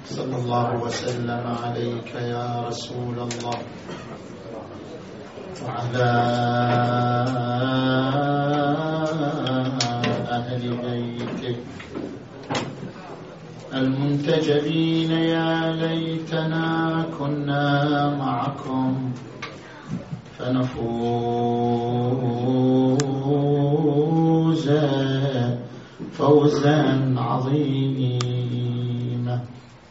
صلى الله وسلم عليك يا رسول الله وعلى أهل بيتك المنتجبين. يا ليتنا كنا معكم فنفوز فوزا عظيما.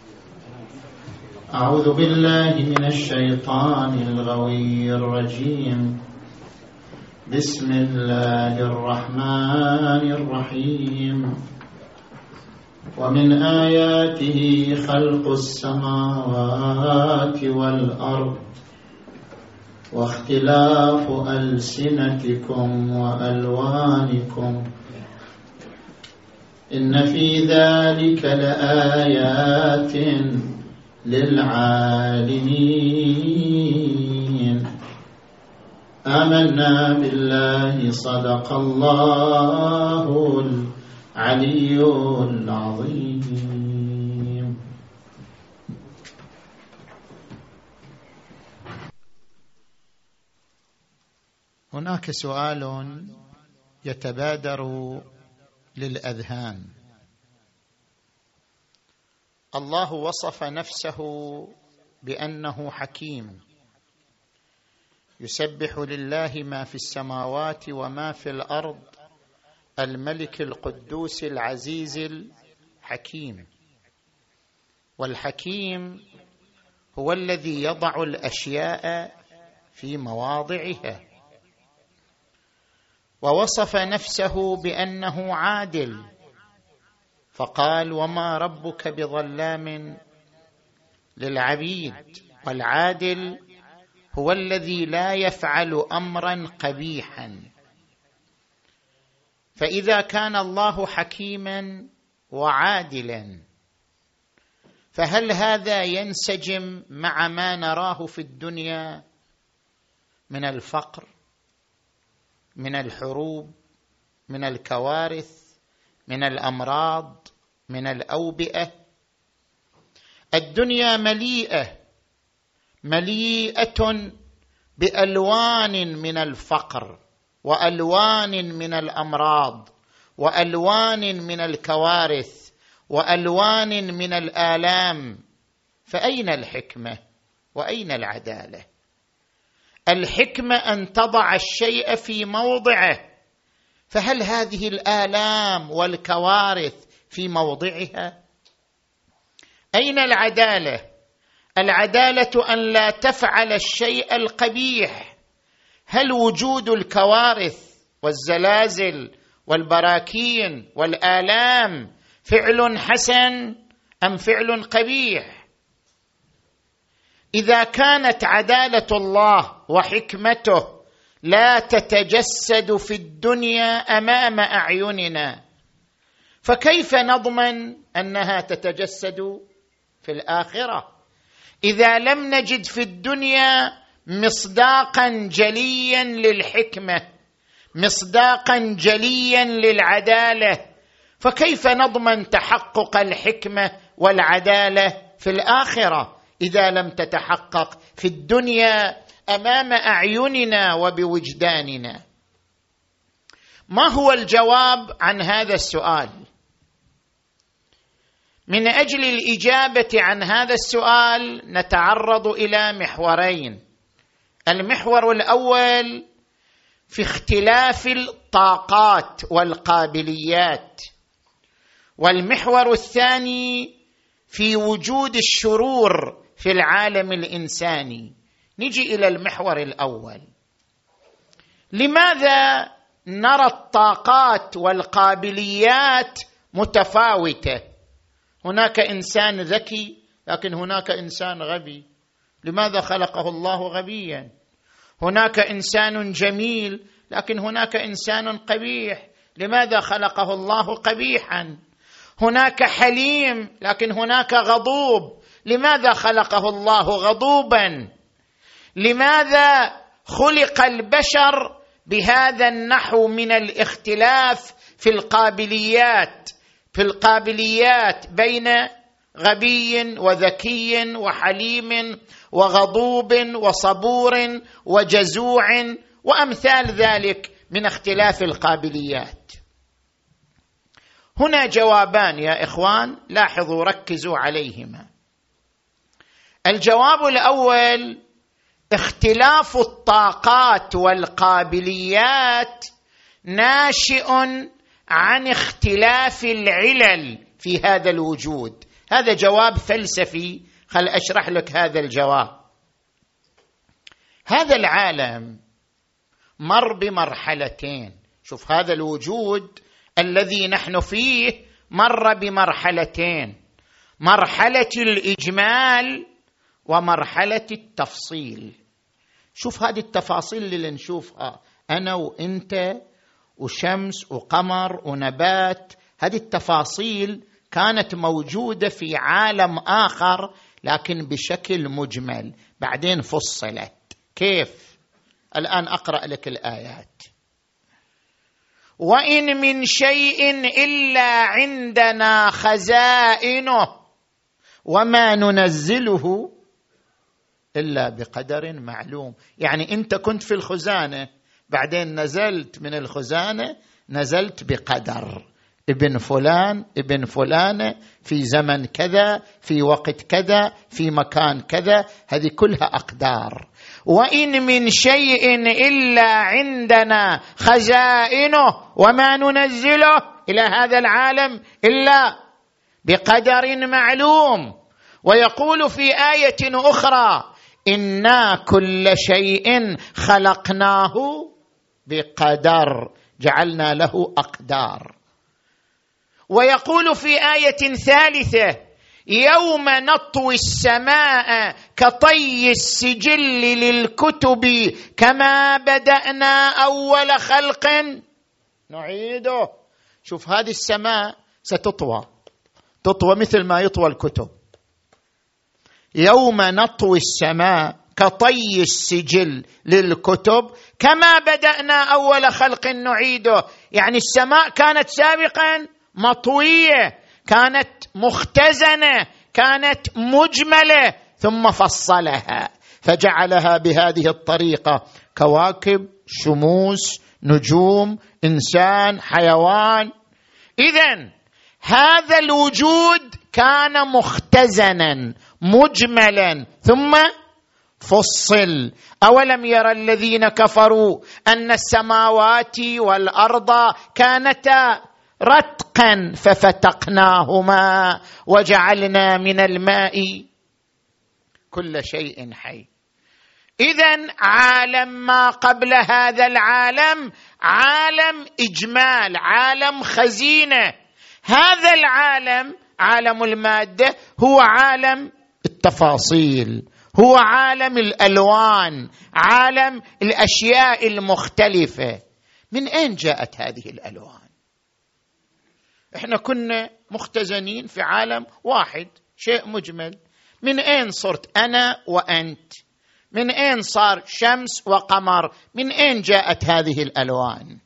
أعوذ بالله من الشيطان الغوي الرجيم. بسم الله الرحمن الرحيم. ومن آياته خلق السماوات والأرض واختلاف ألسنتكم وألوانكم إن في ذلك لآيات للعالمين. آمنا بالله صدق الله العلي العظيم. هناك سؤال يتبادر للأذهان. الله وصف نفسه بأنه حكيم، يسبح لله ما في السماوات وما في الأرض، الملك القدوس العزيز الحكيم. والحكيم هو الذي يضع الأشياء في مواضعها. ووصف نفسه بأنه عادل، فقال: وما ربك بظلام للعبيد. والعادل هو الذي لا يفعل أمرا قبيحا. فإذا كان الله حكيما وعادلا، فهل هذا ينسجم مع ما نراه في الدنيا من الفقر، من الحروب، من الكوارث، من الأمراض، من الأوبئة؟ الدنيا مليئة بألوان من الفقر، وألوان من الأمراض، وألوان من الكوارث، وألوان من الآلام. فأين الحكمة وأين العدالة؟ الحكمة أن تضع الشيء في موضعه. فهل هذه الآلام والكوارث في موضعها؟ أين العدالة؟ العدالة أن لا تفعل الشيء القبيح. هل وجود الكوارث والزلازل والبراكين والآلام فعل حسن أم فعل قبيح؟ إذا كانت عدالة الله وحكمته لا تتجسد في الدنيا أمام أعيننا، فكيف نضمن أنها تتجسد في الآخرة؟ إذا لم نجد في الدنيا مصداقا جليا للحكمة، مصداقا جليا للعدالة، فكيف نضمن تحقق الحكمة والعدالة في الآخرة إذا لم تتحقق في الدنيا أمام أعيننا وبوجداننا؟ ما هو الجواب عن هذا السؤال؟ من أجل الإجابة عن هذا السؤال نتعرض إلى محورين. المحور الأول في اختلاف الطاقات والقابليات، والمحور الثاني في وجود الشرور في العالم الإنساني. نجي إلى المحور الأول. لماذا نرى الطاقات والقابليات متفاوتة؟ هناك إنسان ذكي لكن هناك إنسان غبي. لماذا خلقه الله غبيا؟ هناك إنسان جميل لكن هناك إنسان قبيح. لماذا خلقه الله قبيحا؟ هناك حليم لكن هناك غضوب. لماذا خلقه الله غضوبا؟ لماذا خلق البشر بهذا النحو من الاختلاف في القابليات بين غبي وذكي وحليم وغضوب وصبور وجزوع وأمثال ذلك من اختلاف القابليات. هنا جوابان يا إخوان، لاحظوا ركزوا عليهما. الجواب الأول: اختلاف الطاقات والقابليات ناشئ عن اختلاف العلل في هذا الوجود. هذا جواب فلسفي، خل أشرح لك هذا الجواب. هذا العالم مر بمرحلتين. شوف، هذا الوجود الذي نحن فيه مر بمرحلتين: مرحلة الإجمال ومرحلة التفصيل. شوف هذه التفاصيل اللي نشوفها أنا وإنت وشمس وقمر ونبات، هذه التفاصيل كانت موجودة في عالم آخر لكن بشكل مجمل، بعدين فصلت. كيف؟ الآن أقرأ لك الآيات: وإن من شيء إلا عندنا خزائنه وما ننزله إلا بقدر معلوم. يعني أنت كنت في الخزانة، بعدين نزلت من الخزانة، نزلت بقدر، ابن فلان ابن فلانة في زمن كذا في وقت كذا في مكان كذا، هذه كلها أقدار. وإن من شيء إلا عندنا خزائنه وما ننزله إلى هذا العالم إلا بقدر معلوم. ويقول في آية أخرى: إنا كل شيء خلقناه بقدر، جعلنا له أقدار. ويقول في آية ثالثة: يوم نطوي السماء كطي السجل للكتب كما بدأنا أول خلق نعيده. شوف، هذه السماء ستطوى مثل ما يطوى الكتب. يوم نطوي السماء كطي السجل للكتب كما بدأنا أول خلق نعيده. يعني السماء كانت سابقا مطوية، كانت مختزنة، كانت مجملة، ثم فصلها فجعلها بهذه الطريقة: كواكب، شموس، نجوم، إنسان، حيوان. إذن هذا الوجود كان مختزنا مجملا ثم فصل. أولم يرى الذين كفروا أن السماوات والأرض كانتا رتقا ففتقناهما وجعلنا من الماء كل شيء حي. إذن عالم ما قبل هذا العالم عالم إجمال، عالم خزينة. هذا العالم، عالم المادة، هو عالم التفاصيل، هو عالم الألوان، عالم الأشياء المختلفة. من أين جاءت هذه الألوان؟ إحنا كنا مختزنين في عالم واحد، شيء مجمل. من أين صرت أنا وأنت؟ من أين صار شمس وقمر؟ من أين جاءت هذه الألوان؟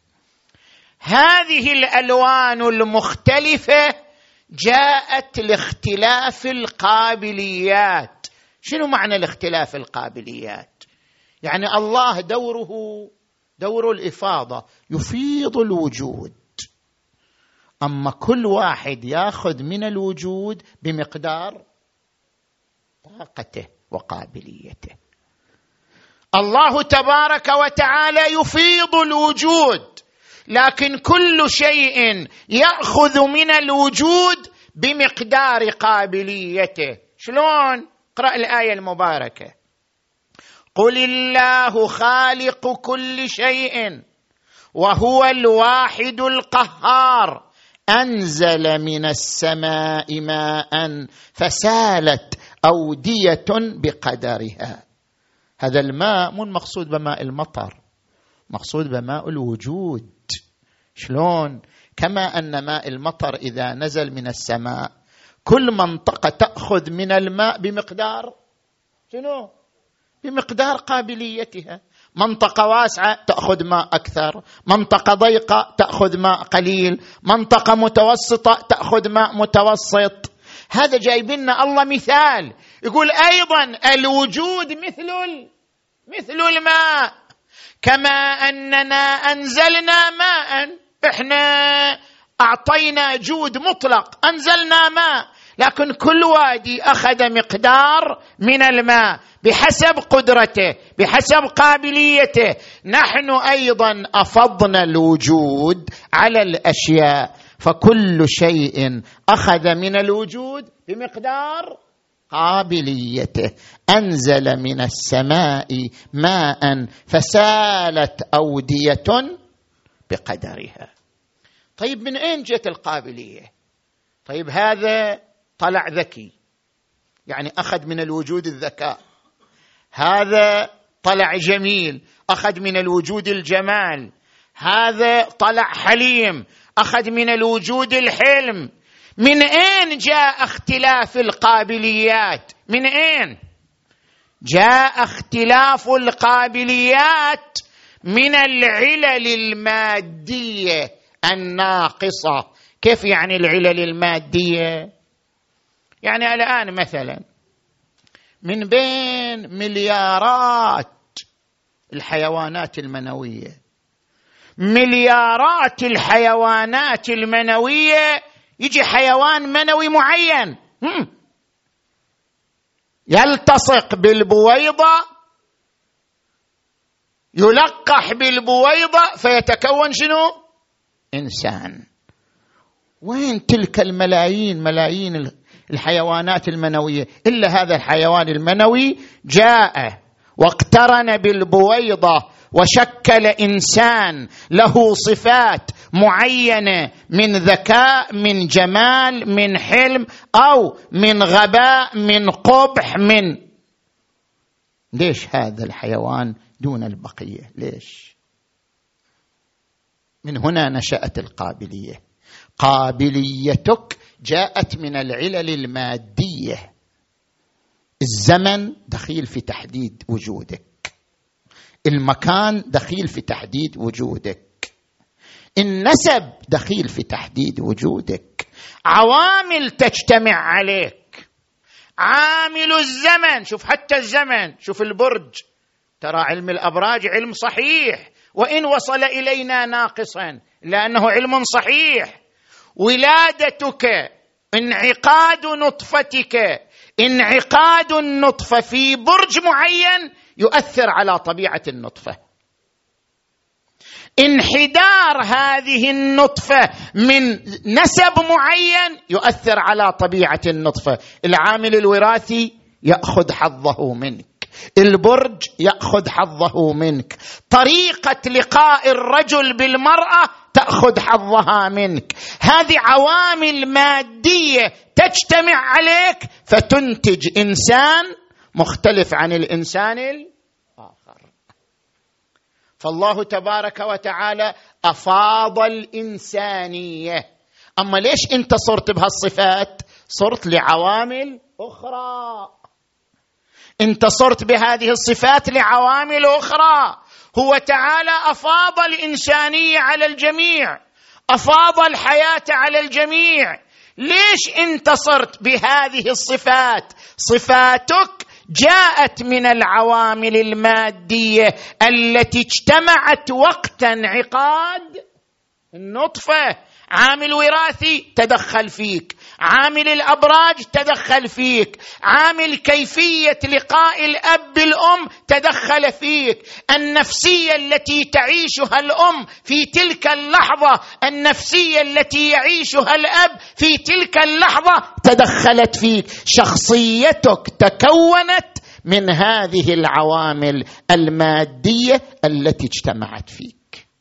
هذه الألوان المختلفة جاءت لاختلاف القابليات. شنو معنى الاختلاف القابليات؟ يعني الله دور الإفاضة، يفيض الوجود، أما كل واحد يأخذ من الوجود بمقدار طاقته وقابليته. الله تبارك وتعالى يفيض الوجود، لكن كل شيء يأخذ من الوجود بمقدار قابليته. شلون؟ اقرأ الآية المباركة: قل الله خالق كل شيء وهو الواحد القهار أنزل من السماء ماء فسالت أودية بقدرها. هذا الماء مو مقصود بماء المطر، مقصود بماء الوجود. شلون؟ كما أن ماء المطر إذا نزل من السماء كل منطقة تأخذ من الماء بمقدار شنو؟ بمقدار قابليتها. منطقة واسعة تأخذ ماء أكثر، منطقة ضيقة تأخذ ماء قليل، منطقة متوسطة تأخذ ماء متوسط. هذا جايب لنا الله مثال، يقول أيضا الوجود مثل الماء، كما أننا أنزلنا ماء، إحنا أعطينا جود مطلق، أنزلنا ماء، لكن كل وادي أخذ مقدار من الماء بحسب قدرته بحسب قابليته. نحن أيضا أفضنا الوجود على الأشياء، فكل شيء أخذ من الوجود بمقدار قابليته. أنزل من السماء ماء فسالت أودية بقدرها. طيب من أين جت القابلية؟ طيب هذا طلع ذكي، يعني أخذ من الوجود الذكاء، هذا طلع جميل أخذ من الوجود الجمال، هذا طلع حليم أخذ من الوجود الحلم. من أين جاء اختلاف القابليات؟ من أين جاء اختلاف القابليات؟ من العلل المادية الناقصة. كيف يعني العلل المادية؟ يعني الآن مثلا من بين مليارات الحيوانات المنوية، مليارات الحيوانات المنوية، يجي حيوان منوي معين يلتصق بالبويضة، يلقح بالبويضة فيتكون شنو؟ إنسان. وين تلك ملايين الحيوانات المنوية؟ إلا هذا الحيوان المنوي جاء واقترن بالبويضة وشكل إنسان له صفات معينة من ذكاء، من جمال، من حلم، أو من غباء، من قبح، ليش هذا الحيوان دون البقية؟ ليش؟ من هنا نشأت القابلية. قابليتك جاءت من العلل المادية. الزمن دخيل في تحديد وجودك، المكان دخيل في تحديد وجودك، النسب دخيل في تحديد وجودك، عوامل تجتمع عليك. عامل الزمن، شوف حتى الزمن، شوف البرج، ترى علم الأبراج علم صحيح وإن وصل إلينا ناقصا لأنه علم صحيح. ولادتك، انعقاد نطفتك، انعقاد النطفة في برج معين يؤثر على طبيعة النطفة. انحدار هذه النطفة من نسب معين يؤثر على طبيعة النطفة. العامل الوراثي يأخذ حظه منك، البرج يأخذ حظه منك، طريقة لقاء الرجل بالمرأة تأخذ حظها منك. هذه عوامل مادية تجتمع عليك فتنتج إنسان مختلف عن الإنسان الآخر. فالله تبارك وتعالى أفاض الإنسانية. أما ليش أنت صرت بهالصفات؟ صرت لعوامل أخرى، أنت صرت بهذه الصفات لعوامل أخرى. هو تعالى أفاض الإنسانية على الجميع، أفاض الحياة على الجميع. ليش أنت صرت بهذه الصفات؟ صفاتك جاءت من العوامل المادية التي اجتمعت وقت انعقاد النطفة. عامل وراثي تدخل فيك، عامل الأبراج تدخل فيك، عامل كيفية لقاء الأب بالأم تدخل فيك، النفسية التي تعيشها الأم في تلك اللحظة، النفسية التي يعيشها الأب في تلك اللحظة تدخلت فيك. شخصيتك تكونت من هذه العوامل المادية التي اجتمعت فيك.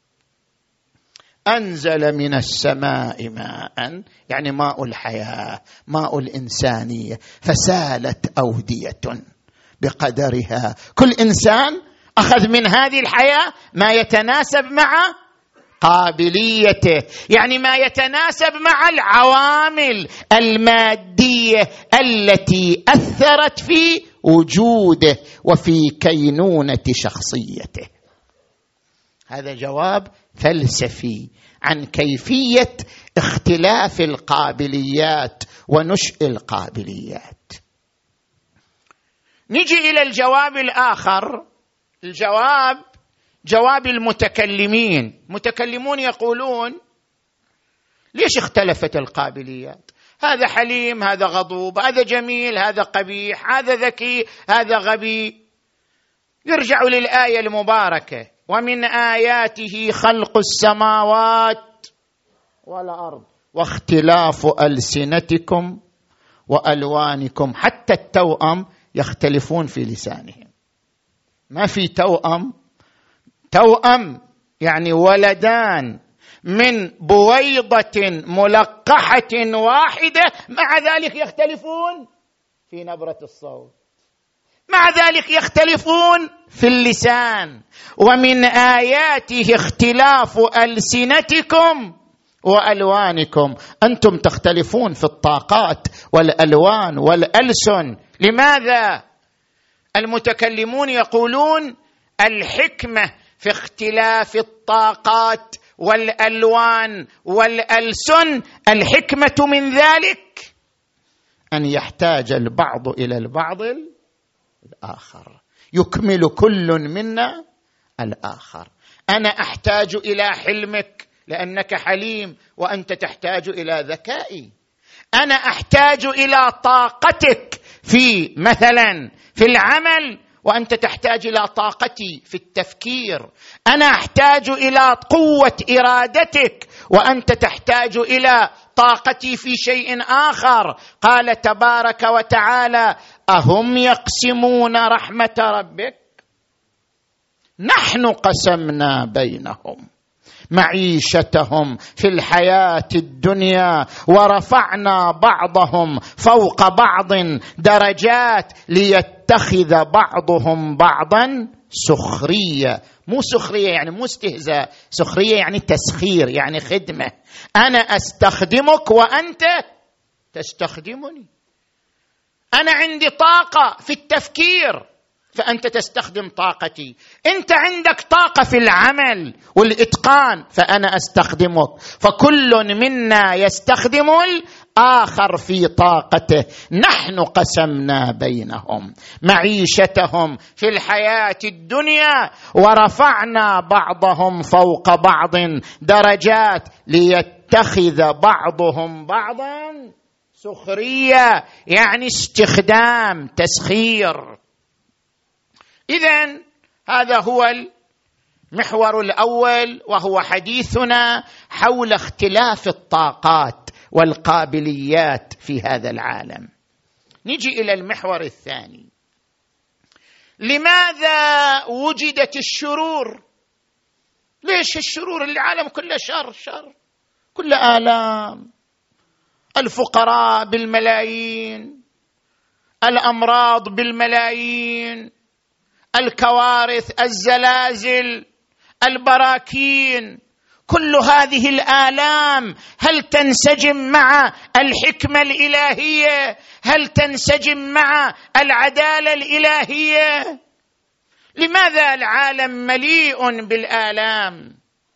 أنزل من السماء ماء، يعني ماء الحياة، ماء الإنسانية، فسالت أودية بقدرها. كل إنسان أخذ من هذه الحياة ما يتناسب مع قابليته، يعني ما يتناسب مع العوامل المادية التي أثرت في وجوده وفي كينونة شخصيته. هذا جواب فلسفي عن كيفية اختلاف القابليات ونشء القابليات. نجي إلى الجواب الآخر، جواب المتكلمين. المتكلمون يقولون ليش اختلفت القابليات؟ هذا حليم، هذا غضوب، هذا جميل، هذا قبيح، هذا ذكي، هذا غبي. يرجع للآية المباركة: ومن آياته خلق السماوات والأرض واختلاف ألسنتكم وألوانكم. حتى التوأم يختلفون في لسانهم. ما في توأم يعني ولدان من بويضة ملقحة واحدة، مع ذلك يختلفون في نبرة الصوت، مع ذلك يختلفون في اللسان. ومن آياته اختلاف ألسنتكم وألوانكم. أنتم تختلفون في الطاقات والألوان والألسن. لماذا؟ المتكلمون يقولون الحكمة في اختلاف الطاقات والألوان والألسن، الحكمة من ذلك أن يحتاج البعض إلى البعض الآخر، يكمل كل منا الآخر. أنا أحتاج إلى حلمك لأنك حليم، وأنت تحتاج إلى ذكائي. أنا أحتاج إلى طاقتك في مثلا في العمل، وأنت تحتاج إلى طاقتي في التفكير. أنا أحتاج إلى قوة إرادتك، وأنت تحتاج إلى طاقتي في شيء آخر. قال تبارك وتعالى: أهم يقسمون رحمة ربك نحن قسمنا بينهم معيشتهم في الحياة الدنيا ورفعنا بعضهم فوق بعض درجات ليتخذ بعضهم بعضا سخرية. مو سخرية يعني مو استهزاء، سخرية يعني تسخير، يعني خدمة. أنا أستخدمك وأنت تستخدمني. أنا عندي طاقة في التفكير فأنت تستخدم طاقتي. أنت عندك طاقة في العمل والإتقان فأنا أستخدمك. فكل منا يستخدم الآخر في طاقته. نحن قسمنا بينهم معيشتهم في الحياة الدنيا ورفعنا بعضهم فوق بعض درجات ليتخذ بعضهم بعضا سخرية، يعني استخدام، تسخير. إذن هذا هو المحور الأول، وهو حديثنا حول اختلاف الطاقات والقابليات في هذا العالم. نجي إلى المحور الثاني: لماذا وجدت الشرور؟ ليش الشرور؟ العالم كله شر، كله آلام، الفقراء بالملايين، الأمراض بالملايين، الكوارث، الزلازل، البراكين. كل هذه الآلام هل تنسجم مع الحكمة الإلهية؟ هل تنسجم مع العدالة الإلهية؟ لماذا العالم مليء بالآلام؟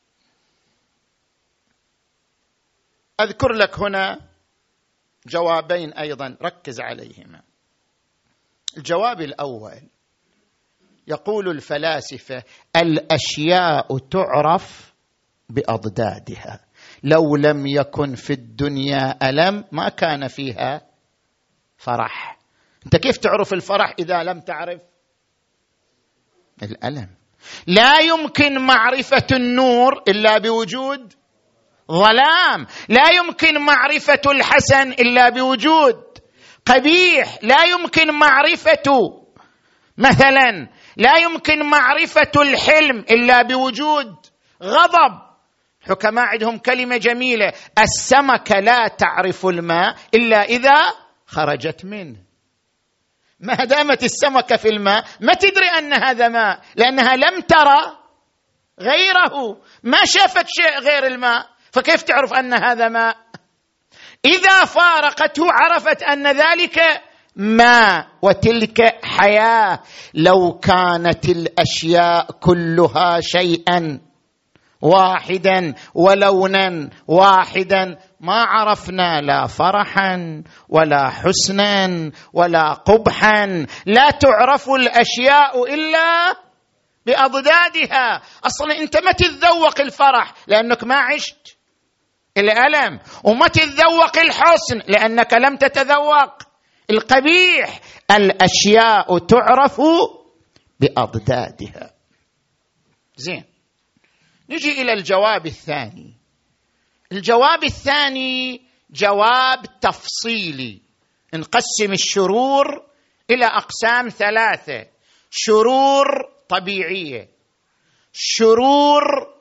أذكر لك هنا جوابين أيضا ركز عليهما. الجواب الأول: يقول الفلاسفة الأشياء تعرف بأضدادها. لو لم يكن في الدنيا ألم ما كان فيها فرح. أنت كيف تعرف الفرح إذا لم تعرف الألم؟ لا يمكن معرفة النور إلا بوجود ظلام، لا يمكن معرفة الحسن إلا بوجود قبيح، لا يمكن معرفة مثلا لا يمكن معرفة الحلم إلا بوجود غضب. حكماء عندهم كلمة جميلة: السمكة لا تعرف الماء إلا إذا خرجت منه. ما دامت السمكة في الماء ما تدري أن هذا ماء، لأنها لم ترى غيره، ما شافت شيء غير الماء، فكيف تعرف أن هذا ماء؟ إذا فارقته عرفت أن ذلك ماء وتلك حياة. لو كانت الأشياء كلها شيئا واحدا ولونا واحدا ما عرفنا لا فرحا ولا حسنا ولا قبحا. لا تعرف الأشياء إلا بأضدادها. أصلا أنت ما تتذوق الفرح لأنك ما عشت الألم، وما تتذوق الحسن لأنك لم تتذوق القبيح. الأشياء تعرف بأضدادها. زين، نجي إلى الجواب الثاني. الجواب الثاني جواب تفصيلي. نقسم الشرور إلى أقسام ثلاثة: شرور طبيعية، شرور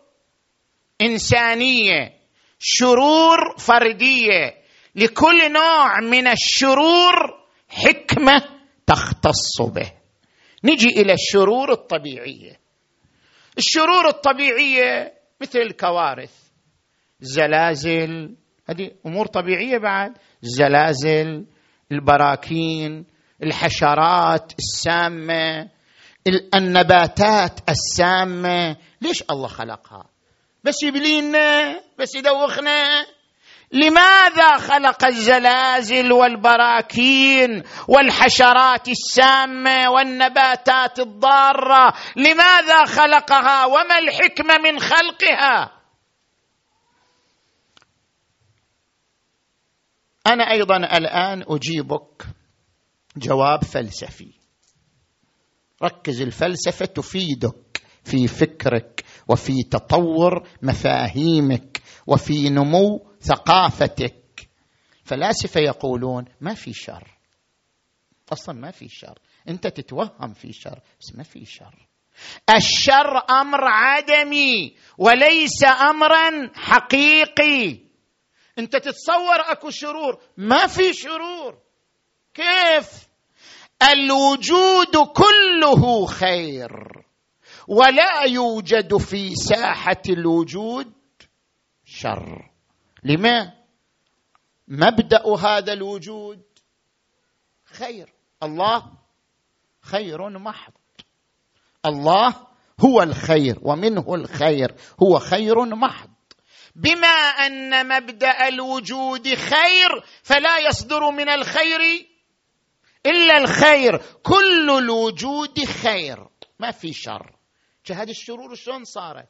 إنسانية، شرور فردية. لكل نوع من الشرور حكمة تختص به. نجي إلى الشرور الطبيعية. الشرور الطبيعية مثل الكوارث، الزلازل، هذه أمور طبيعية بعد، الزلازل، البراكين، الحشرات السامة، النباتات السامة. ليش الله خلقها؟ بس يبلينا، بس يدوخنا. لماذا خلق الزلازل والبراكين والحشرات السامة والنباتات الضارة؟ لماذا خلقها؟ وما الحكمة من خلقها؟ أنا أيضا الآن أجيبك جواب فلسفي. ركز، الفلسفة تفيدك في فكرك وفي تطور مفاهيمك وفي نمو ثقافتك. فلاسفة يقولون ما في شر، أصلا ما في شر، أنت تتوهم في شر بس ما في شر. الشر أمر عدمي وليس أمرا حقيقي. أنت تتصور أكو شرور، ما في شرور. كيف؟ الوجود كله خير، ولا يوجد في ساحة الوجود شر. لما؟ مبدأ هذا الوجود خير. الله خير محض، الله هو الخير ومنه الخير، هو خير محض. بما أن مبدأ الوجود خير فلا يصدر من الخير إلا الخير. كل الوجود خير، ما في شر. هذه الشرور شلون صارت؟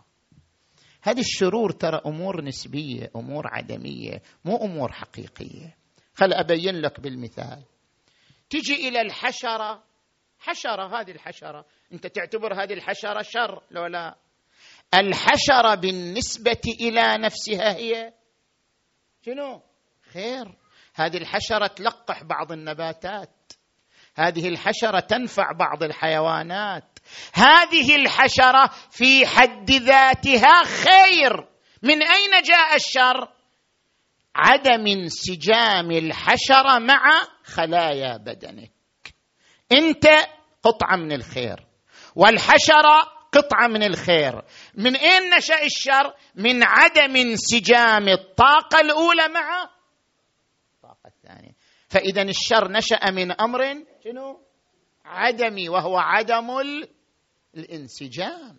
هذه الشرور ترى أمور نسبية، أمور عدمية، مو أمور حقيقية. خل أبين لك بالمثال. تجي إلى الحشرة، حشرة، هذه الحشرة أنت تعتبر هذه الحشرة شر لو لا؟ الحشرة بالنسبة إلى نفسها هي شنو؟ خير. هذه الحشرة تلقح بعض النباتات، هذه الحشرة تنفع بعض الحيوانات، هذه الحشرة في حد ذاتها خير. من أين جاء الشر؟ عدم انسجام الحشرة مع خلايا بدنك. أنت قطعة من الخير والحشرة قطعة من الخير. من أين نشأ الشر؟ من عدم انسجام الطاقة الأولى مع الطاقة الثانية. فإذا الشر نشأ من أمر شنو؟ عدمي، وهو عدم الانسجام.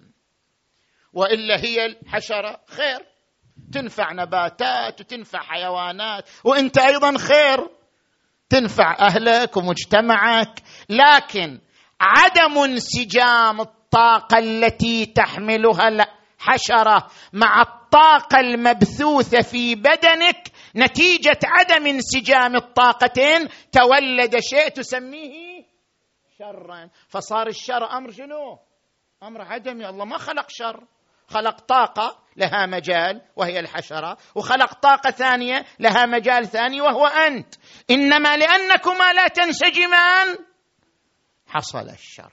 وإلا هي الحشرة خير، تنفع نباتات وتنفع حيوانات، وأنت أيضا خير، تنفع أهلك ومجتمعك. لكن عدم انسجام الطاقة التي تحملها الحشرة مع الطاقة المبثوثة في بدنك، نتيجة عدم انسجام الطاقتين تولد شيء تسميه شرا. فصار الشر أمر شنو؟ أمر عدمي. الله ما خلق شر، خلق طاقة لها مجال وهي الحشرة، وخلق طاقة ثانية لها مجال ثاني وهو أنت. إنما لأنكما لا تنسجمان حصل الشر.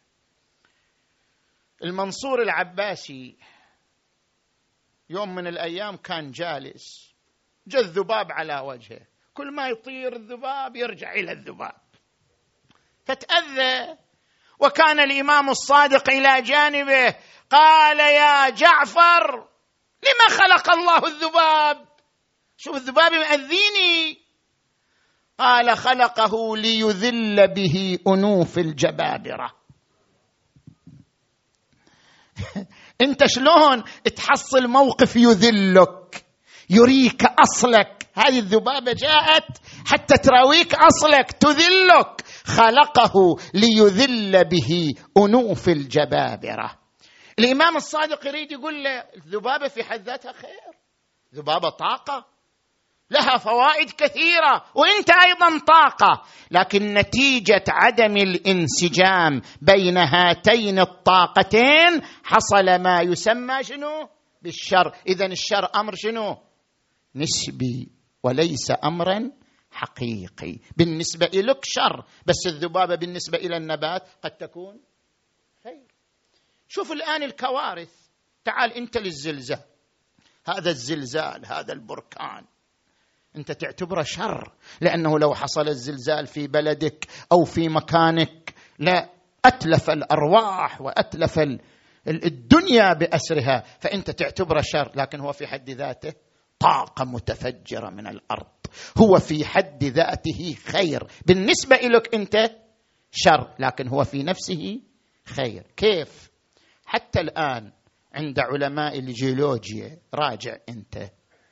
المنصور العباسي يوم من الأيام كان جالس، جاء الذباب على وجهه، كل ما يطير الذباب يرجع إلى الذباب، فتأذى. وكان الإمام الصادق إلى جانبه، قال: يا جعفر، لما خلق الله الذباب؟ شوف الذباب مأذيني. قال: خلقه ليذل به أنوف الجبابرة. انت شلون تحصل موقف يذلك يريك اصلك؟ هذه الذبابه جاءت حتى تراويك اصلك، تذلك. خلقه ليذل به انوف الجبابره. الامام الصادق يريد يقول له الذبابه في حد ذاتها خير، ذبابه طاقه لها فوائد كثيره، وانت ايضا طاقه، لكن نتيجه عدم الانسجام بين هاتين الطاقتين حصل ما يسمى شنو؟ بالشر. اذن الشر امر شنو؟ نسبي وليس امرا حقيقي. بالنسبه لك شر، بس الذبابه بالنسبه الى النبات قد تكون خير. شوف الان الكوارث، تعال انت للزلزال، هذا الزلزال، هذا البركان، انت تعتبره شر، لانه لو حصل الزلزال في بلدك او في مكانك لا اتلف الارواح واتلف الدنيا باسرها، فانت تعتبره شر، لكن هو في حد ذاته طاقه متفجره من الارض، هو في حد ذاته خير. بالنسبه لك انت شر، لكن هو في نفسه خير. كيف؟ حتى الان عند علماء الجيولوجيا، راجع انت،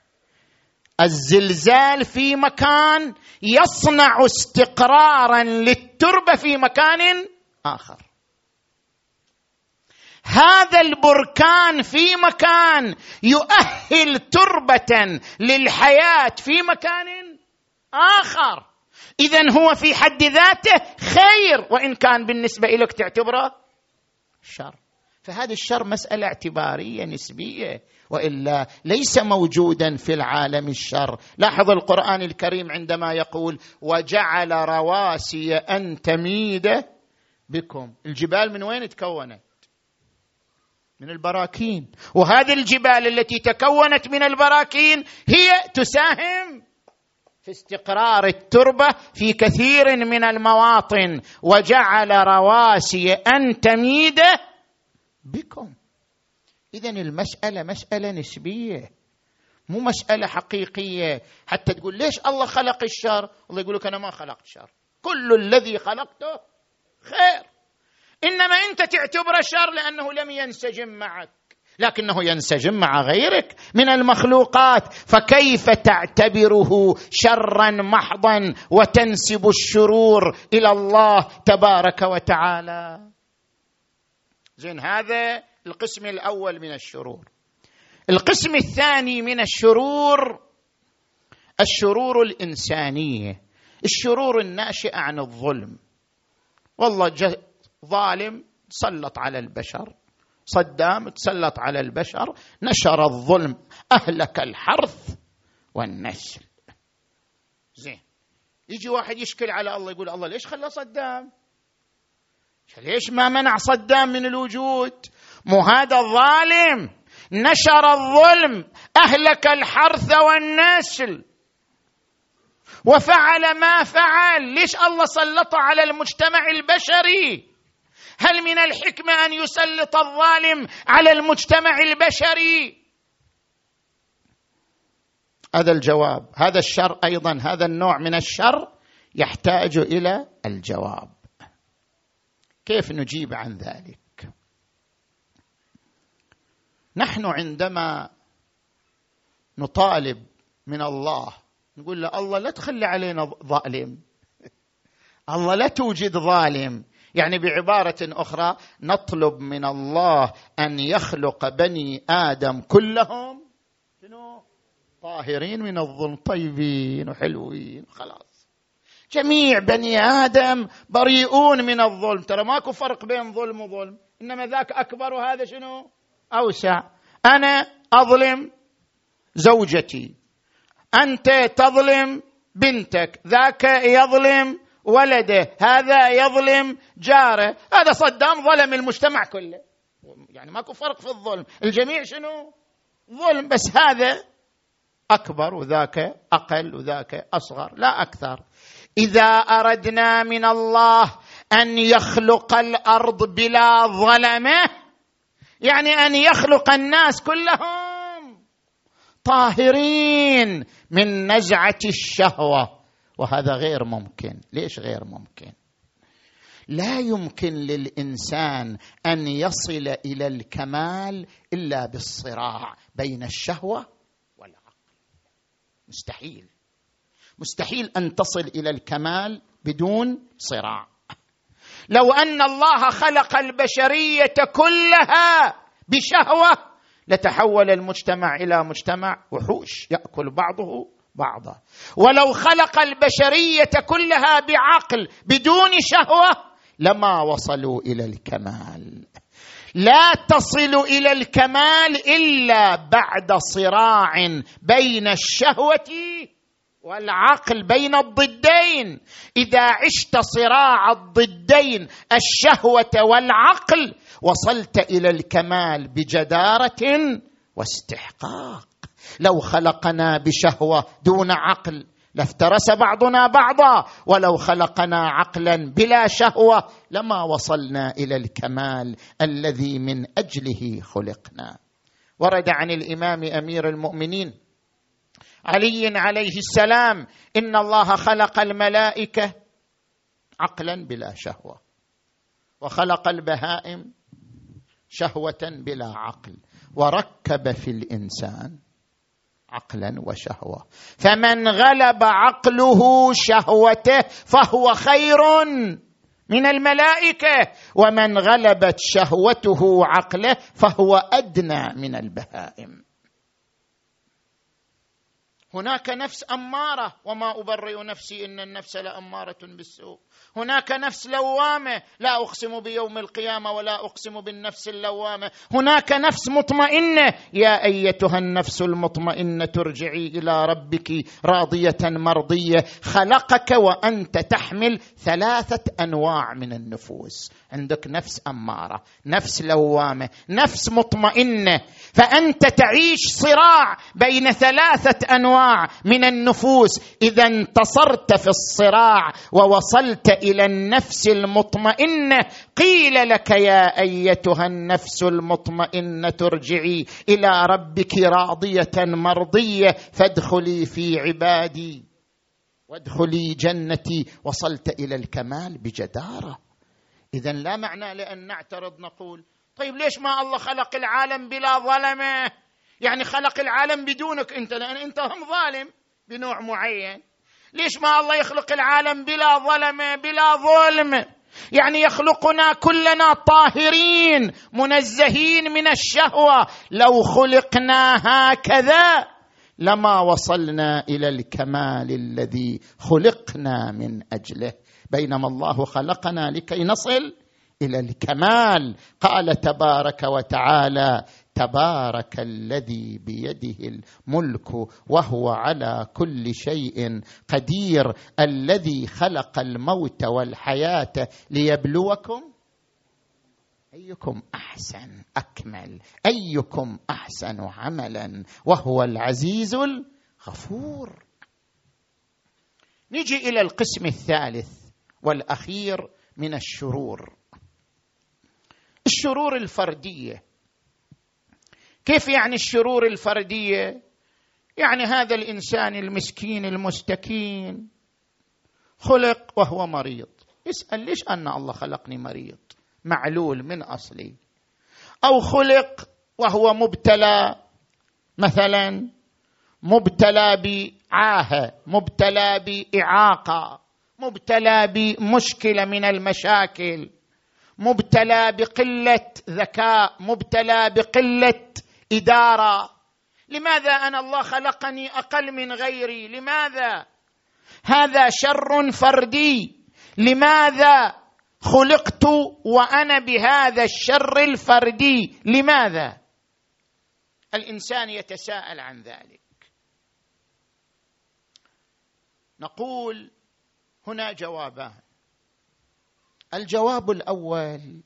الزلزال في مكان يصنع استقرارا للتربه في مكان اخر، هذا البركان في مكان يؤهل تربه للحياه في مكان اخر. اذن هو في حد ذاته خير، وان كان بالنسبه لك تعتبره شر. فهذا الشر مساله اعتباريه نسبيه، والا ليس موجودا في العالم الشر. لاحظ القرآن الكريم عندما يقول وجعل رواسي أن تميد بكم. الجبال من وين تكونت؟ من البراكين، وهذه الجبال التي تكونت من البراكين هي تساهم في استقرار التربة في كثير من المواطن. وجعل رواسي أن تميد بكم. إذن المسألة مسألة نسبية، مو مسألة حقيقية. حتى تقول ليش الله خلق الشر؟ الله يقول لك أنا ما خلقت شر، كل الذي خلقته خير، إنما أنت تعتبره شر لأنه لم ينسجم معك، لكنه ينسجم مع غيرك من المخلوقات. فكيف تعتبره شرا محضا وتنسب الشرور إلى الله تبارك وتعالى؟ زين، هذا القسم الأول من الشرور. القسم الثاني من الشرور الشرور الإنسانية، الشرور الناشئة عن الظلم. والله ظالم تسلط على البشر، صدام تسلط على البشر، نشر الظلم، أهلك الحرث والنسل. زين، يجي واحد يشكل على الله، يقول الله ليش خلى صدام؟ ليش ما منع صدام من الوجود؟ مو هذا الظالم نشر الظلم، أهلك الحرث والنسل، وفعل ما فعل. ليش الله سلط على المجتمع البشري؟ هل من الحكمة أن يسلط الظالم على المجتمع البشري؟ هذا الجواب. هذا الشر أيضا، هذا النوع من الشر يحتاج إلى الجواب. كيف نجيب عن ذلك؟ نحن عندما نطالب من الله، نقول له الله لا تخلي علينا ظالم، الله لا توجد ظالم. يعني بعبارة أخرى نطلب من الله أن يخلق بني آدم كلهم طاهرين من الظلم، طيبين وحلوين، خلاص جميع بني آدم بريئون من الظلم. ترى ماكو فرق بين ظلم وظلم، إنما ذاك أكبر وهذا شنو أوسع. أنا أظلم زوجتي، أنت تظلم بنتك، ذاك يظلم ولده، هذا يظلم جاره. هذا صدام ظلم المجتمع كله، يعني ماكو فرق في الظلم، الجميع شنو ظلم، بس هذا أكبر وذاك أقل وذاك أصغر، لا أكثر. إذا أردنا من الله أن يخلق الأرض بلا ظلمة، يعني أن يخلق الناس كلهم طاهرين من نزعة الشهوة، وهذا غير ممكن. ليش غير ممكن؟ لا يمكن للإنسان أن يصل إلى الكمال إلا بالصراع بين الشهوة والعقل. مستحيل أن تصل إلى الكمال بدون صراع. لو أن الله خلق البشرية كلها بشهوة لتحول المجتمع إلى مجتمع وحوش يأكل بعضه بعضا. ولو خلق البشرية كلها بعقل بدون شهوة لما وصلوا إلى الكمال. لا تصل إلى الكمال إلا بعد صراع بين الشهوة والعقل، بين الضدين. إذا عشت صراع الضدين الشهوة والعقل وصلت إلى الكمال بجدارة واستحقاق. لو خلقنا بشهوة دون عقل لافترس بعضنا بعضا، ولو خلقنا عقلا بلا شهوة لما وصلنا إلى الكمال الذي من أجله خلقنا. ورد عن الإمام أمير المؤمنين علي عليه السلام: إن الله خلق الملائكة عقلا بلا شهوة، وخلق البهائم شهوة بلا عقل، وركب في الإنسان عقلا وشهوة، فمن غلب عقله شهوته فهو خير من الملائكة، ومن غلبت شهوته عقله فهو أدنى من البهائم. هناك نفس أمارة، وما أبرئ نفسي إن النفس لأمارة بالسوء. هناك نفس لوامة، لا أقسم بيوم القيامة ولا أقسم بالنفس اللوامة. هناك نفس مطمئنة، يا أيتها النفس المطمئنة ارجعي إلى ربك راضية مرضية. خلقك وأنت تحمل 3 أنواع من النفوس. عندك نفس أمارة، نفس لوامة، نفس مطمئنة، فأنت تعيش صراع بين 3 أنواع من النفوس. إذا انتصرت في الصراع ووصلت إلى النفس المطمئنة قيل لك يا أيتها النفس المطمئنة ارجعي إلى ربك راضية مرضية فادخلي في عبادي وادخلي جنتي. وصلت إلى الكمال بجدارة. إذن لا معنى لأن نعترض نقول طيب ليش ما الله خلق العالم بلا ظلمة؟ يعني خلق العالم بدونك أنت، لأن أنت هم ظالم بنوع معين. ليش ما الله يخلق العالم بلا ظلمة بلا ظلم؟ يعني يخلقنا كلنا طاهرين منزهين من الشهوة. لو خلقنا هكذا لما وصلنا إلى الكمال الذي خلقنا من أجله، بينما الله خلقنا لكي نصل إلى الكمال. قال تبارك وتعالى: تبارك الذي بيده الملك وهو على كل شيء قدير، الذي خلق الموت والحياة ليبلوكم أيكم أحسن أكمل، أيكم أحسن عملا، وهو العزيز الغفور. نجي إلى القسم الثالث والأخير من الشرور، الشرور الفردية. كيف يعني الشرور الفردية؟ يعني هذا الإنسان المسكين المستكين خلق وهو مريض، يسأل ليش أن الله خلقني مريض معلول من أصلي؟ أو خلق وهو مبتلى، مثلا مبتلى بعاهة، مبتلى بإعاقة، مبتلى بمشكلة من المشاكل، مبتلى بقلة ذكاء، مبتلى بقلة إدارة. لماذا أنا الله خلقني أقل من غيري؟ لماذا؟ هذا شر فردي. لماذا خلقت وأنا بهذا الشر الفردي؟ لماذا؟ الإنسان يتساءل عن ذلك. نقول هنا جوابان. الجواب الأول: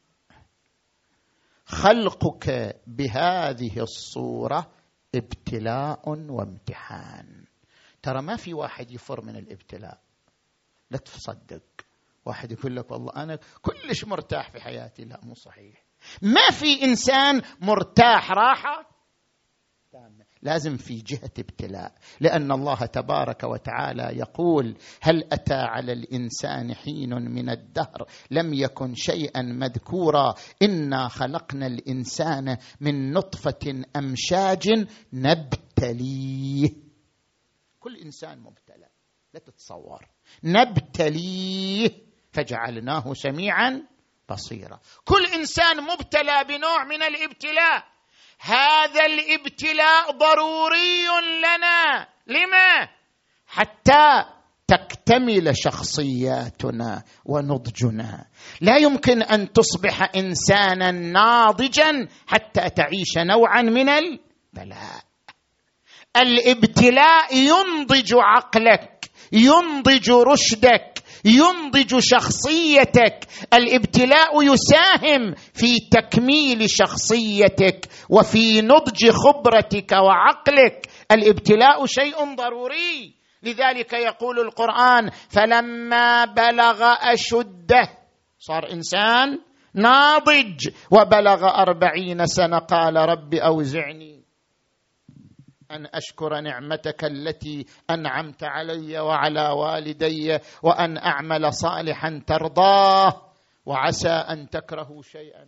خلقك بهذه الصورة ابتلاء وامتحان. ترى ما في واحد يفر من الابتلاء، لا تصدق. واحد يقول لك والله أنا كلش مرتاح في حياتي، لا مو صحيح. ما في إنسان مرتاح راحة تامة، لازم في جهة ابتلاء، لأن الله تبارك وتعالى يقول: هل أتى على الإنسان حين من الدهر لم يكن شيئا مذكورا إنا خلقنا الإنسان من نطفة أمشاج نبتليه. كل إنسان مبتلى، لا تتصور، نبتليه فجعلناه سميعا بصيرا. كل إنسان مبتلى بنوع من الابتلاء، هذا الابتلاء ضروري لنا. لما؟ حتى تكتمل شخصياتنا ونضجنا. لا يمكن أن تصبح إنسانا ناضجا حتى تعيش نوعا من البلاء. الابتلاء ينضج عقلك، ينضج رشدك، ينضج شخصيتك. الابتلاء يساهم في تكميل شخصيتك وفي نضج خبرتك وعقلك. الابتلاء شيء ضروري. لذلك يقول القرآن: فلما بلغ أشده، صار إنسان ناضج وبلغ 40 سنة، قال: رب أوزعني أن أشكر نعمتك التي أنعمت علي وعلى والدي وأن أعمل صالحا ترضاه وعسى أن تكرهوا شيئا.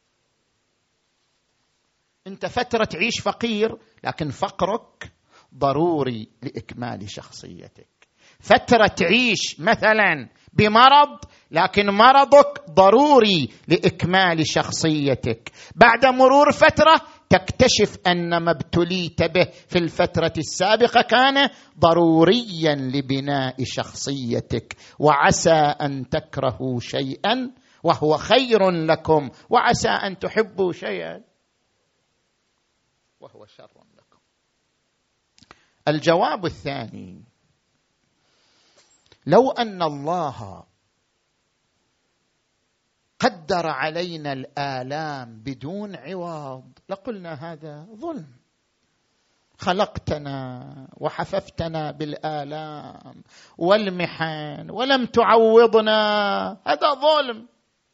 أنت فترة تعيش فقير، لكن فقرك ضروري لإكمال شخصيتك. فترة تعيش مثلا بمرض، لكن مرضك ضروري لإكمال شخصيتك. بعد مرور فترة تكتشف أن ما ابتليت به في الفترة السابقة كان ضروريا لبناء شخصيتك. وعسى أن تكرهوا شيئا وهو خير لكم، وعسى أن تحبوا شيئا وهو شر لكم. الجواب الثاني: لو أن الله قدر علينا الآلام بدون عوض لقلنا هذا ظلم. خلقتنا وحففتنا بالآلام والمحن ولم تعوضنا، هذا ظلم.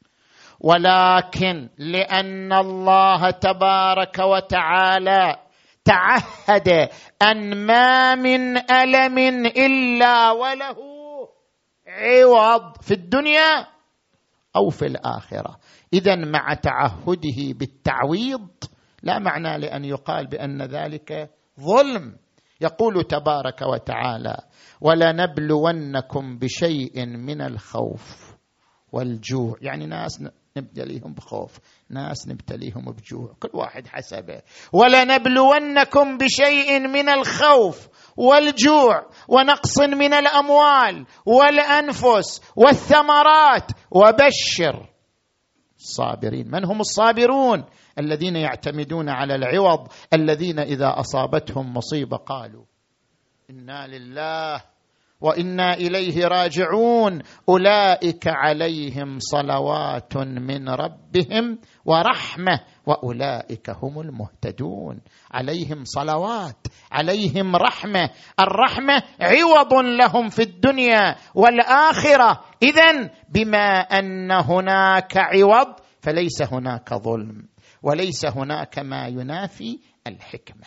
ولكن لأن الله تبارك وتعالى تعهد أن ما من ألم إلا وله عوض في الدنيا أو في الآخرة. إذن مع تعهده بالتعويض لا معنى لأن يقال بأن ذلك ظلم. يقول تبارك وتعالى: ولنبلونكم بشيء من الخوف والجوع. يعني ناس نبتليهم بخوف، ناس نبتليهم بجوع، كل واحد حسبه. ولنبلونكم بشيء من الخوف والجوع ونقص من الأموال والأنفس والثمرات وبشر الصابرين. من هم الصابرون؟ الذين يعتمدون على العوض، الذين إذا أصابتهم مصيبة قالوا: إنا لله وإنا إليه راجعون، أولئك عليهم صلوات من ربهم ورحمة وأولئك هم المهتدون. عليهم صلوات، عليهم رحمة. الرحمة عوض لهم في الدنيا والآخرة. إذن بما أن هناك عوض فليس هناك ظلم، وليس هناك ما ينافي الحكمة.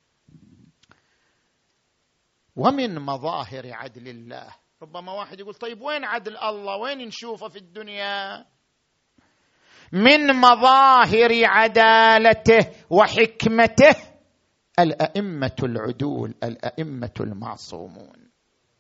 ومن مظاهر عدل الله، ربما واحد يقول: طيب وين عدل الله؟ وين نشوفه في الدنيا؟ من مظاهر عدالته وحكمته الأئمة العدول، الأئمة المعصومون.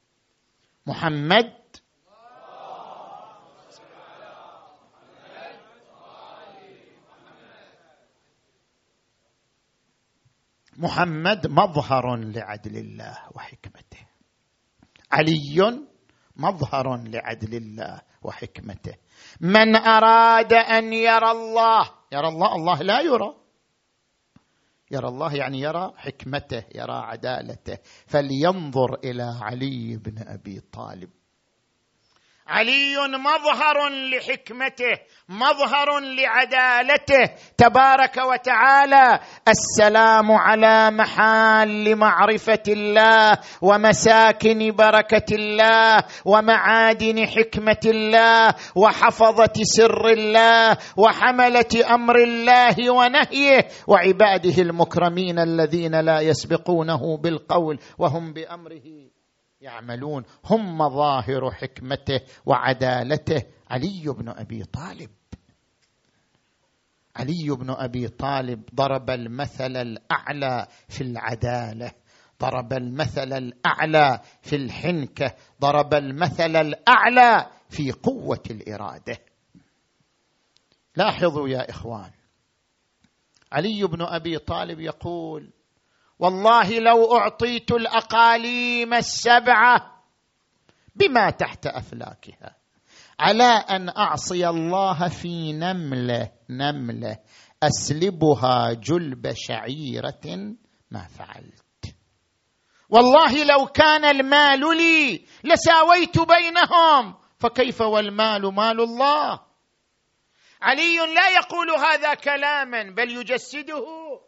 محمد مظهر لعدل الله وحكمته. علي مظهر لعدل الله وحكمته. من أراد أن يرى الله، يرى الله، الله لا يرى، يرى الله يعني يرى حكمته، يرى عدالته، فلينظر إلى علي بن أبي طالب. علي مظهر لحكمته، مظهر لعدالته تبارك وتعالى. السلام على محال معرفة الله ومساكن بركة الله ومعادن حكمة الله وحفظة سر الله وحملة أمر الله ونهيه، وعباده المكرمين الذين لا يسبقونه بالقول وهم بأمره يعملون. هم مظاهر حكمته وعدالته. علي بن أبي طالب، علي بن أبي طالب ضرب المثل الأعلى في العدالة، ضرب المثل الأعلى في الحنكة، ضرب المثل الأعلى في قوة الإرادة. لاحظوا يا إخوان، علي بن أبي طالب يقول: والله لو أعطيت الأقاليم السبعة بما تحت أفلاكها على أن أعصي الله في نملة أسلبها جلب شعيرة ما فعلت. والله لو كان المال لي لساويت بينهم، فكيف والمال مال الله؟ علي لا يقول هذا كلاما بل يجسده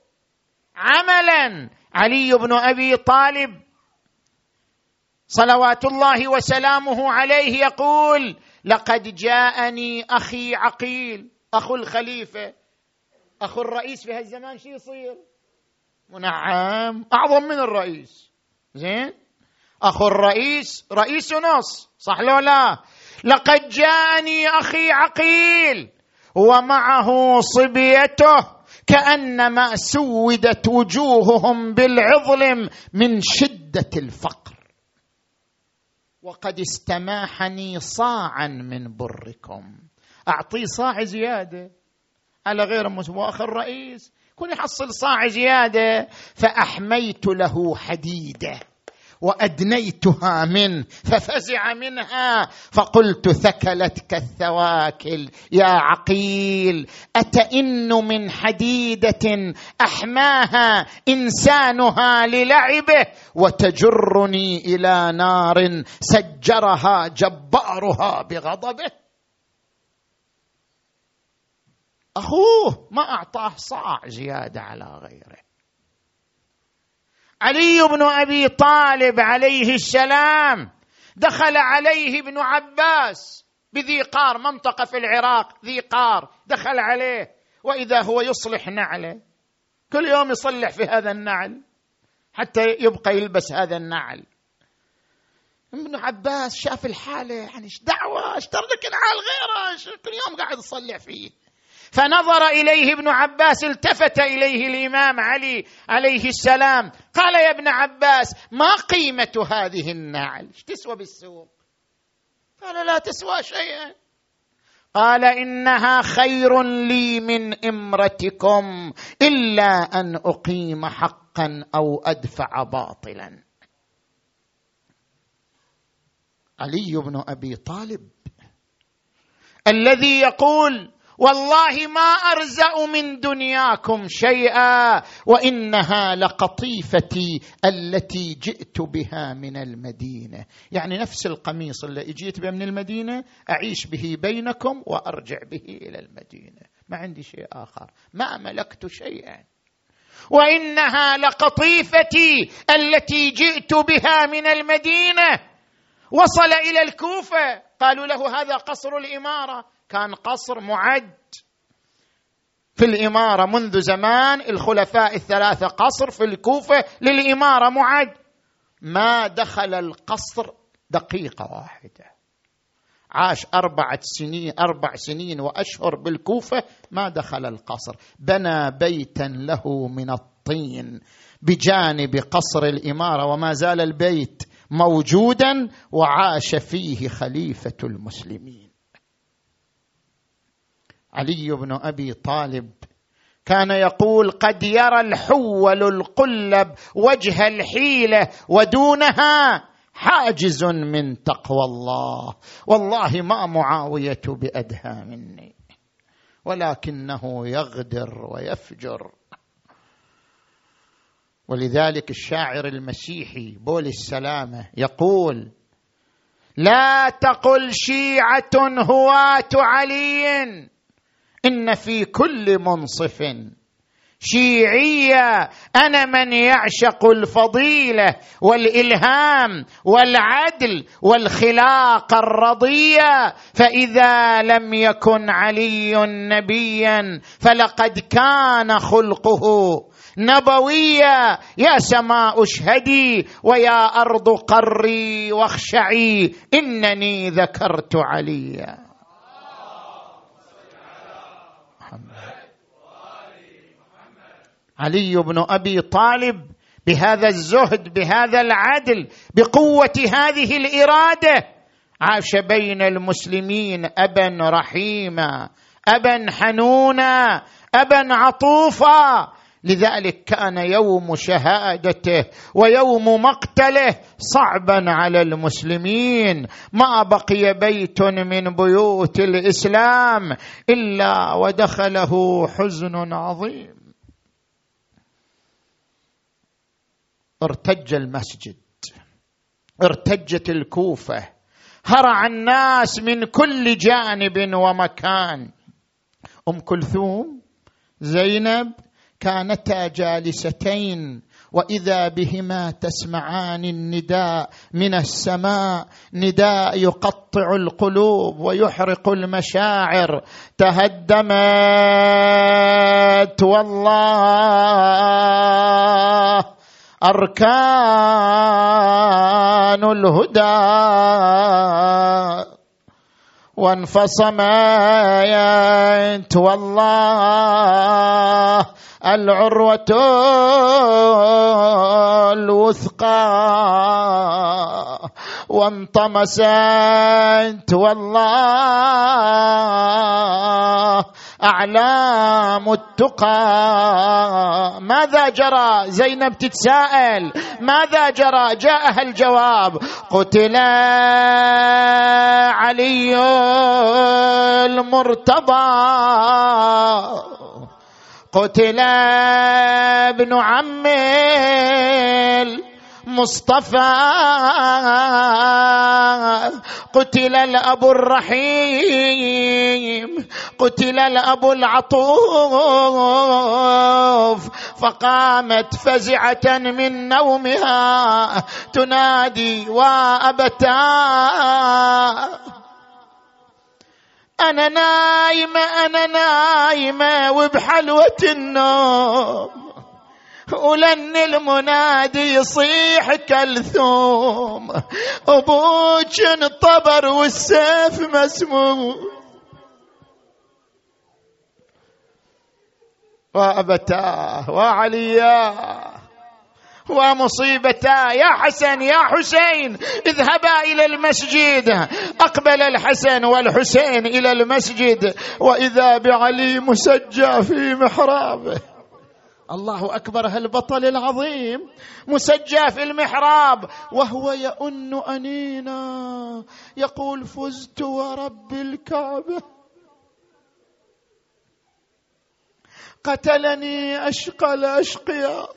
عملا. علي بن أبي طالب صلوات الله وسلامه عليه يقول: لقد جاءني أخي عقيل. أخو الخليفة، أخو الرئيس في هالزمان شو يصير؟ منعم، أعظم من الرئيس. زين، أخو الرئيس رئيس نص، صح لو لا؟ لقد جاءني أخي عقيل ومعه صبيته كأنما سودت وجوههم بالعظلم من شدة الفقر، وقد استماحني صاعا من بركم. أعطيه صاع زيادة على غير مسمى، أخي الرئيس كن يحصل صاع زيادة. فأحميت له حديدة وأدنيتها منه ففزع منها، فقلت: ثكلتك الثواكل يا عقيل، أتئن من حديدة أحماها إنسانها للعبه وتجرني إلى نار سجرها جبارها بغضبه. أخوه ما أعطاه صاع زيادة على غيره. علي بن أبي طالب عليه السلام دخل عليه ابن عباس بذي قار، منطقة في العراق ذي قار، دخل عليه وإذا هو يصلح نعله، كل يوم يصلح في هذا النعل حتى يبقى يلبس هذا النعل. ابن عباس شاف الحالة، يعني ايش دعوة، اشتر لك نعال غيره، كل يوم قاعد يصلح فيه. فنظر إليه ابن عباس، التفت إليه الإمام علي عليه السلام، قال: يا ابن عباس، ما قيمة هذه النعل؟ ايش تسوى بالسوق؟ قال: لا تسوى شيئا. قال: إنها خير لي من إمرتكم إلا أن أقيم حقا أو أدفع باطلا. علي بن أبي طالب الذي يقول: والله ما أرزأ من دنياكم شيئا وإنها لقطيفتي التي جئت بها من المدينة، يعني نفس القميص اللي جئت به من المدينة أعيش به بينكم وأرجع به إلى المدينة، ما عندي شيء آخر، ما ملكت شيئا. وإنها لقطيفتي التي جئت بها من المدينة. وصل إلى الكوفة، قالوا له: هذا قصر الإمارة. كان قصر معد في الإمارة منذ زمان، الخلفاء الثلاثة قصر في الكوفة للإمارة معد. ما دخل القصر دقيقة واحدة، عاش 4 سنين وأشهر بالكوفة، ما دخل القصر. بنى بيتا له من الطين بجانب قصر الإمارة، وما زال البيت موجودا، وعاش فيه خليفة المسلمين. علي بن أبي طالب كان يقول: قد يرى الحول القلب وجه الحيلة ودونها حاجز من تقوى الله. والله ما معاوية بأدهى مني، ولكنه يغدر ويفجر. ولذلك الشاعر المسيحي بول السلامة يقول: لا تقل شيعة هواة علي، إن في كل منصف شيعية. أنا من يعشق الفضيلة والإلهام والعدل والخلاق الرضية، فإذا لم يكن علي نبيا فلقد كان خلقه نبوية. يا سماء اشهدي ويا أرض قري واخشعي، إنني ذكرت عليا. علي بن أبي طالب بهذا الزهد، بهذا العدل، بقوة هذه الإرادة، عاش بين المسلمين أبا رحيما، أبا حنونا، أبا عطوفا. لذلك كان يوم شهادته ويوم مقتله صعبا على المسلمين. ما بقي بيت من بيوت الإسلام إلا ودخله حزن عظيم. ارتج المسجد، ارتجت الكوفة، هرع الناس من كل جانب ومكان. أم كلثوم، زينب كانتا جالستين، وإذا بهما تسمعان النداء من السماء، نداء يقطع القلوب ويحرق المشاعر. تهدمت والله أركان الهدى، وانفصمت والله العروة الوثقى، وانطمست والله أعلام التقى. ماذا جرى؟ زينب تتساءل ماذا جرى؟ جاءها الجواب: قتل علي المرتضى، قتل ابن عم المصطفى، قتل الأب الرحيم، قتل الأب العطوف. فقامت فزعة من نومها تنادي: وأبتاه، أنا نايمة أنا نايمة وبحلوة النوم، ولن المنادي يصيح كلثوم، أبوك انطبر والسيف مسموم. وأبتاه وعلياه ومصيبتا. يا حسن يا حسين اذهبا إلى المسجد. أقبل الحسن والحسين إلى المسجد، وإذا بعلي مسجى في محرابه. الله أكبر، هالبطل العظيم مسجى في المحراب، وهو يؤن أنينا يقول: فزت ورب الكعبة، قتلني أشقى الأشقياء.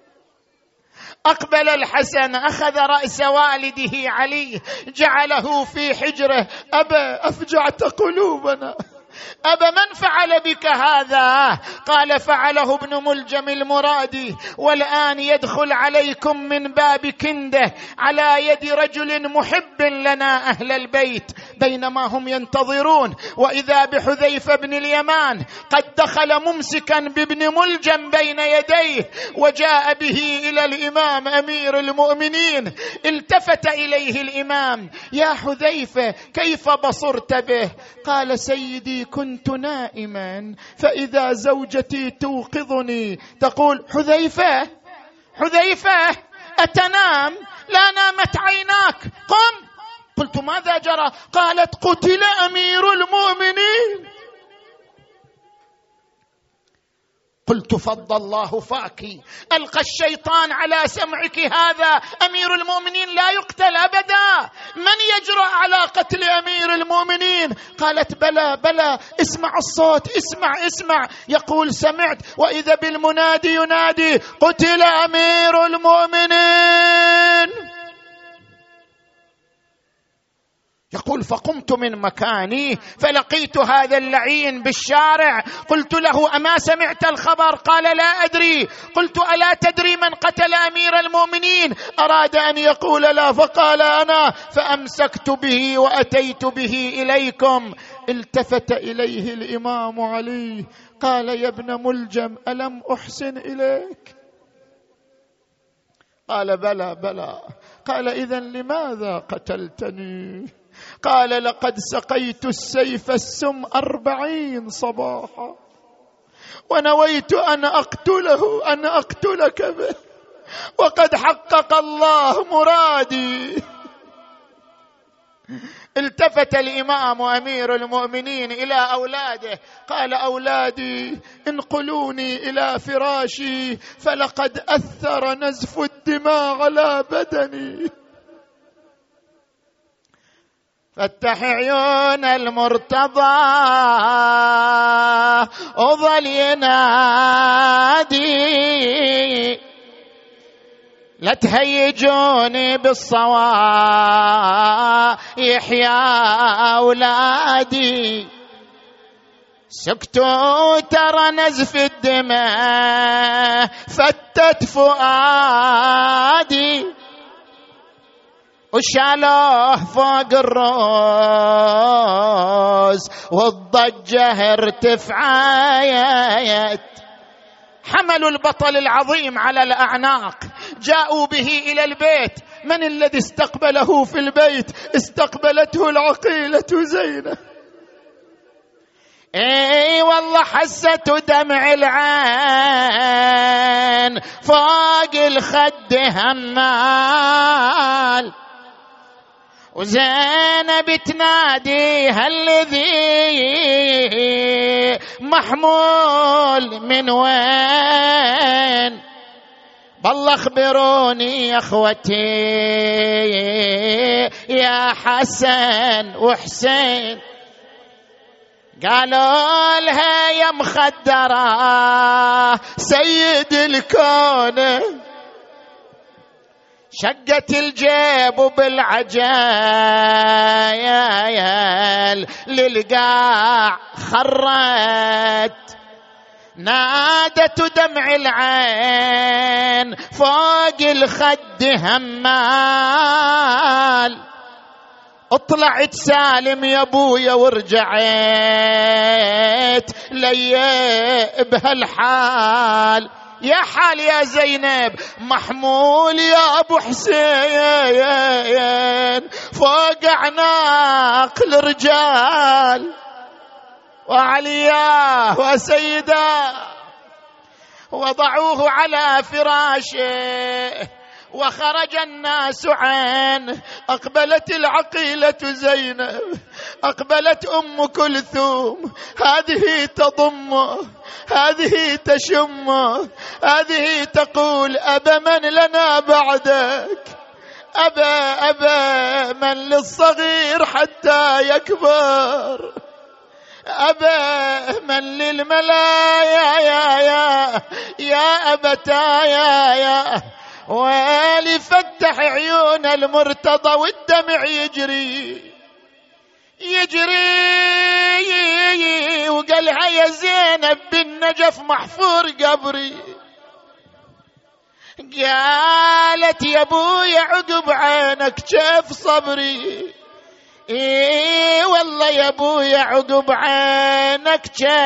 أقبل الحسن، أخذ رأس والده علي، جعله في حجره: أبا أفجعت قلوبنا، أبا من فعل بك هذا؟ قال: فعله ابن ملجم المرادي، والآن يدخل عليكم من باب كنده على يد رجل محب لنا أهل البيت. بينما هم ينتظرون، وإذا بحذيفة بن اليمان قد دخل ممسكا بابن ملجم بين يديه، وجاء به إلى الإمام أمير المؤمنين. التفت إليه الإمام: يا حذيفة كيف بصرت به؟ قال: سيدي كنت نائما، فإذا زوجتي توقظني تقول: حذيفة حذيفة أتنام؟ لا نامت عيناك، قم. قلت: ماذا جرى؟ قالت: قتل أمير المؤمنين. قلت: فض الله فاك، ألقى الشيطان على سمعك هذا، أمير المؤمنين لا يقتل أبدا، من يجرؤ على قتل أمير المؤمنين؟ قالت: بلى بلى، اسمع الصوت، اسمع. يقول: سمعت، وإذا بالمنادي ينادي: قتل أمير المؤمنين. يقول فقمت من مكاني فلقيت هذا اللعين بالشارع، قلت له أما سمعت الخبر؟ قال لا أدري. قلت ألا تدري من قتل أمير المؤمنين؟ أراد أن يقول لا، فقال أنا، فأمسكت به وأتيت به إليكم. التفت إليه الإمام علي قال يا ابن ملجم ألم أحسن إليك؟ قال بلى بلى. قال إذن لماذا قتلتني؟ قال لقد سقيت السيف السم 40 صباحا ونويت أن أقتله، أن أقتلك به، وقد حقق الله مرادي. التفت الإمام أمير المؤمنين إلى أولاده قال أولادي انقلوني إلى فراشي فلقد أثر نزف الدماء على بدني. فتح عيون المرتضى وظل ينادي لا تهيجوني بالصوايح يا أولادي، سكتوا ترى نزف الدماء فتت فؤادي، وشالوه فوق الروس والضجة ارتفعت. حملوا البطل العظيم على الأعناق، جاءوا به إلى البيت. من الذي استقبله في البيت؟ استقبلته العقيلة زينب. اي والله حست دمع العين فوق الخد همال، وزينب تنادي هالذي محمول من وين؟ بالله اخبروني يا اخوتي يا حسن وحسين. قالوا لها يا مخدرة سيد الكون، شقت الجيب بالعجايل للقاع خرت، نادت دمع العين فوق الخد همال. اطلعت سالم يا ابويا ورجعت لي بهالحال. يا حال يا زينب محمول يا ابو حسين فوق اعناق الرجال، وعلياه وسيدا وضعوه على فراشه وخرج الناس عنه. أقبلت العقيلة زينب، أقبلت أم كلثوم، هذه تضمه، هذه تشمه، هذه تقول أبا من لنا بعدك، أبا من للصغير حتى يكبر، أبا من للملايا يا أبتايا. ويلي فتح عيون المرتضى والدمع يجري وقالها يا زينب بالنجف محفور قبري. قالت يا ابويا عقب عينك كيف صبري، اي والله يا ابويا عقب عينك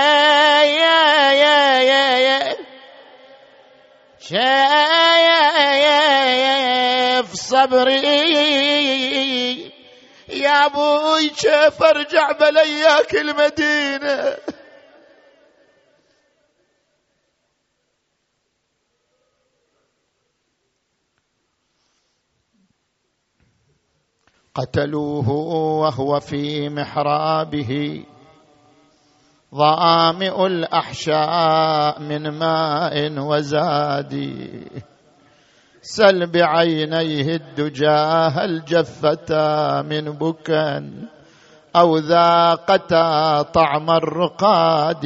شايف صبري يا ابوي، كيف ارجع بلياك المدينة. قتلوه وهو في محرابه ظامئ الأحشاء من ماء وزاد، سل بعينيه الدجى هل جفتا من بكا أو ذاقتا طعم الرقاد.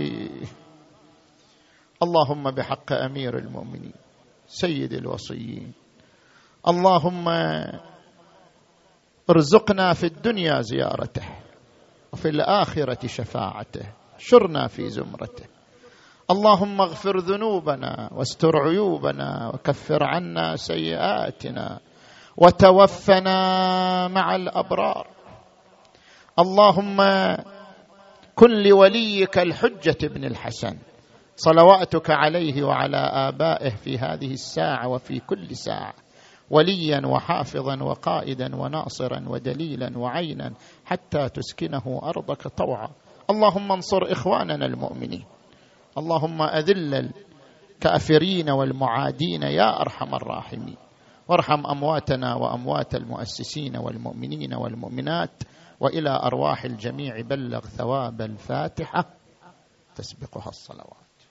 اللهم بحق أمير المؤمنين سيد الوصيين، اللهم ارزقنا في الدنيا زيارته وفي الآخرة شفاعته، شرنا في زمرته. اللهم اغفر ذنوبنا واستر عيوبنا وكفر عنا سيئاتنا وتوفنا مع الأبرار. اللهم كن لوليك الحجة بن الحسن صلواتك عليه وعلى آبائه في هذه الساعة وفي كل ساعة وليا وحافظا وقائدا وناصرا ودليلا وعينا حتى تسكنه أرضك طوعا. اللهم انصر إخواننا المؤمنين، اللهم أذل الكافرين والمعادين يا أرحم الراحمين، وارحم أمواتنا وأموات المؤسسين والمؤمنين والمؤمنات، وإلى أرواح الجميع بلغ ثواب الفاتحة تسبقها الصلوات.